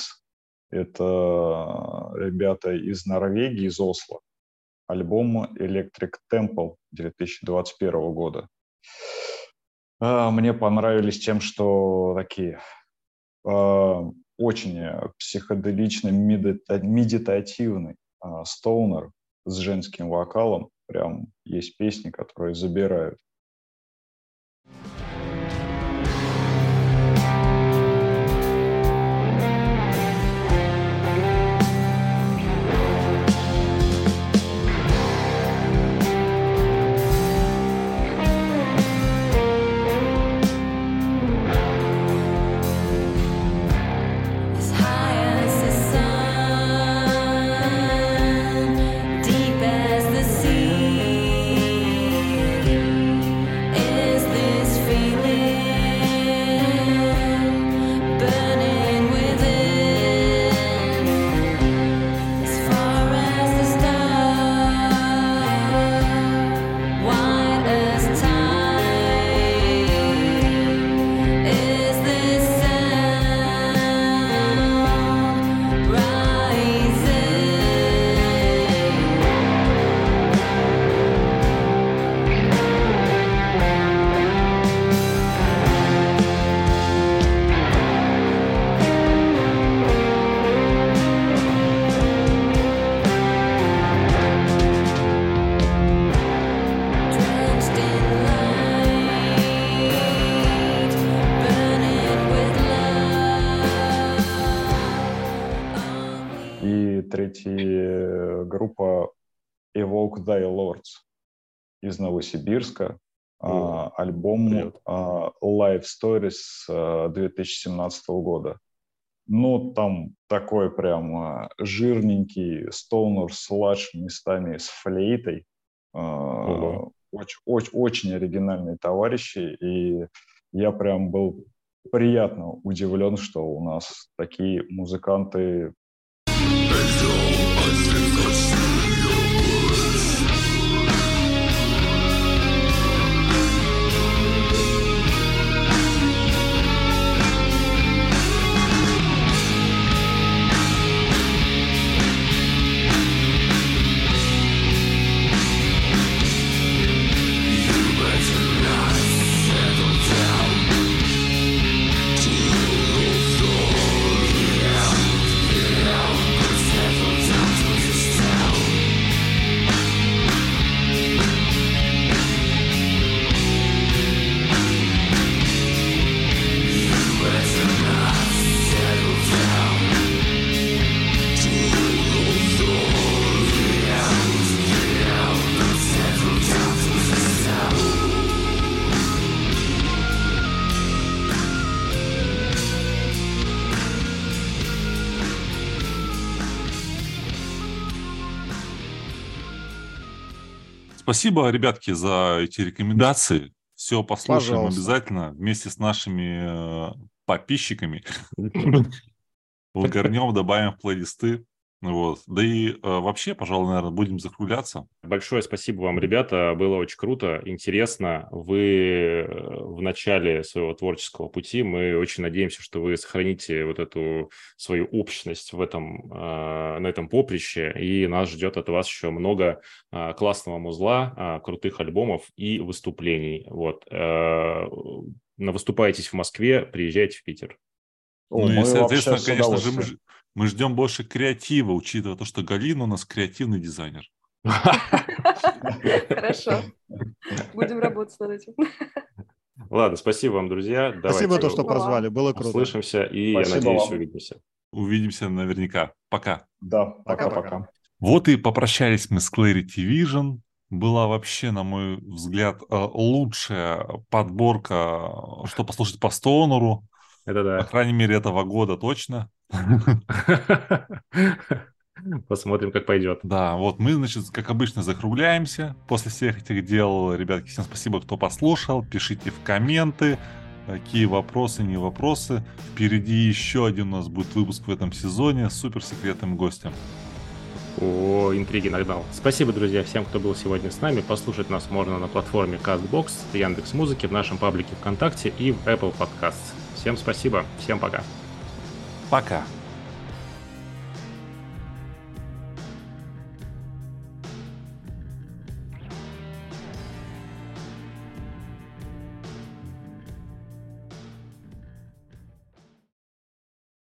Это ребята из Норвегии, из Осло. Альбом Electric Temple две тысячи двадцать первого года. Мне понравились тем, что такие очень психоделичный, медитативный стоунер с женским вокалом. Прям есть песни, которые забирают. Третья группа Evoke Thy Lords из Новосибирска. О, альбом а, Live Stories две тысячи семнадцатого года. Ну, там такой прям жирненький стоунер сладж местами с флейтой. А, очень, очень, очень оригинальные товарищи. И я прям был приятно удивлен, что у нас такие музыканты. Down. Спасибо, ребятки, за эти рекомендации. Все послушаем Пожалуйста. обязательно вместе с нашими э, подписчиками. Угорнем, добавим в плейлисты. Вот. Да и э, вообще, пожалуй, наверное, будем закругляться. Большое спасибо вам, ребята. Было очень круто, интересно. Вы в начале своего творческого пути. Мы очень надеемся, что вы сохраните вот эту свою общность в этом, э, на этом поприще. И нас ждет от вас еще много э, классного музла, э, крутых альбомов и выступлений. Вот. Э, выступаетесь в Москве, приезжайте в Питер. Ну и, Мы соответственно, вообще с конечно же, мы, удовольствием. ж- мы ждем больше креатива, учитывая то, что Галина у нас креативный дизайнер. Хорошо. Будем работать над этим. Ладно, спасибо вам, друзья. Спасибо, Давайте то, что позвали. Было круто. услышимся и, я Спасибо надеюсь, вам. увидимся. Увидимся наверняка. Пока. Да, Пока-пока. пока-пока. Вот и попрощались мы с Clarity Vision. Была вообще, на мой взгляд, э, лучшая подборка, что послушать по Стоунеру. Это По да. крайней мере, этого года точно. Посмотрим, как пойдет. Да, вот мы, значит, как обычно, закругляемся после всех этих дел. Ребятки, всем спасибо, кто послушал. Пишите в комменты, какие вопросы, не вопросы. Впереди еще один у нас будет выпуск в этом сезоне с суперсекретным гостем. О, интриги нагнал. Спасибо, друзья, всем, кто был сегодня с нами. Послушать нас можно на платформе CastBox, Яндекс.Музыки, в нашем паблике ВКонтакте и в Apple Podcasts. Всем спасибо, всем пока. Пока.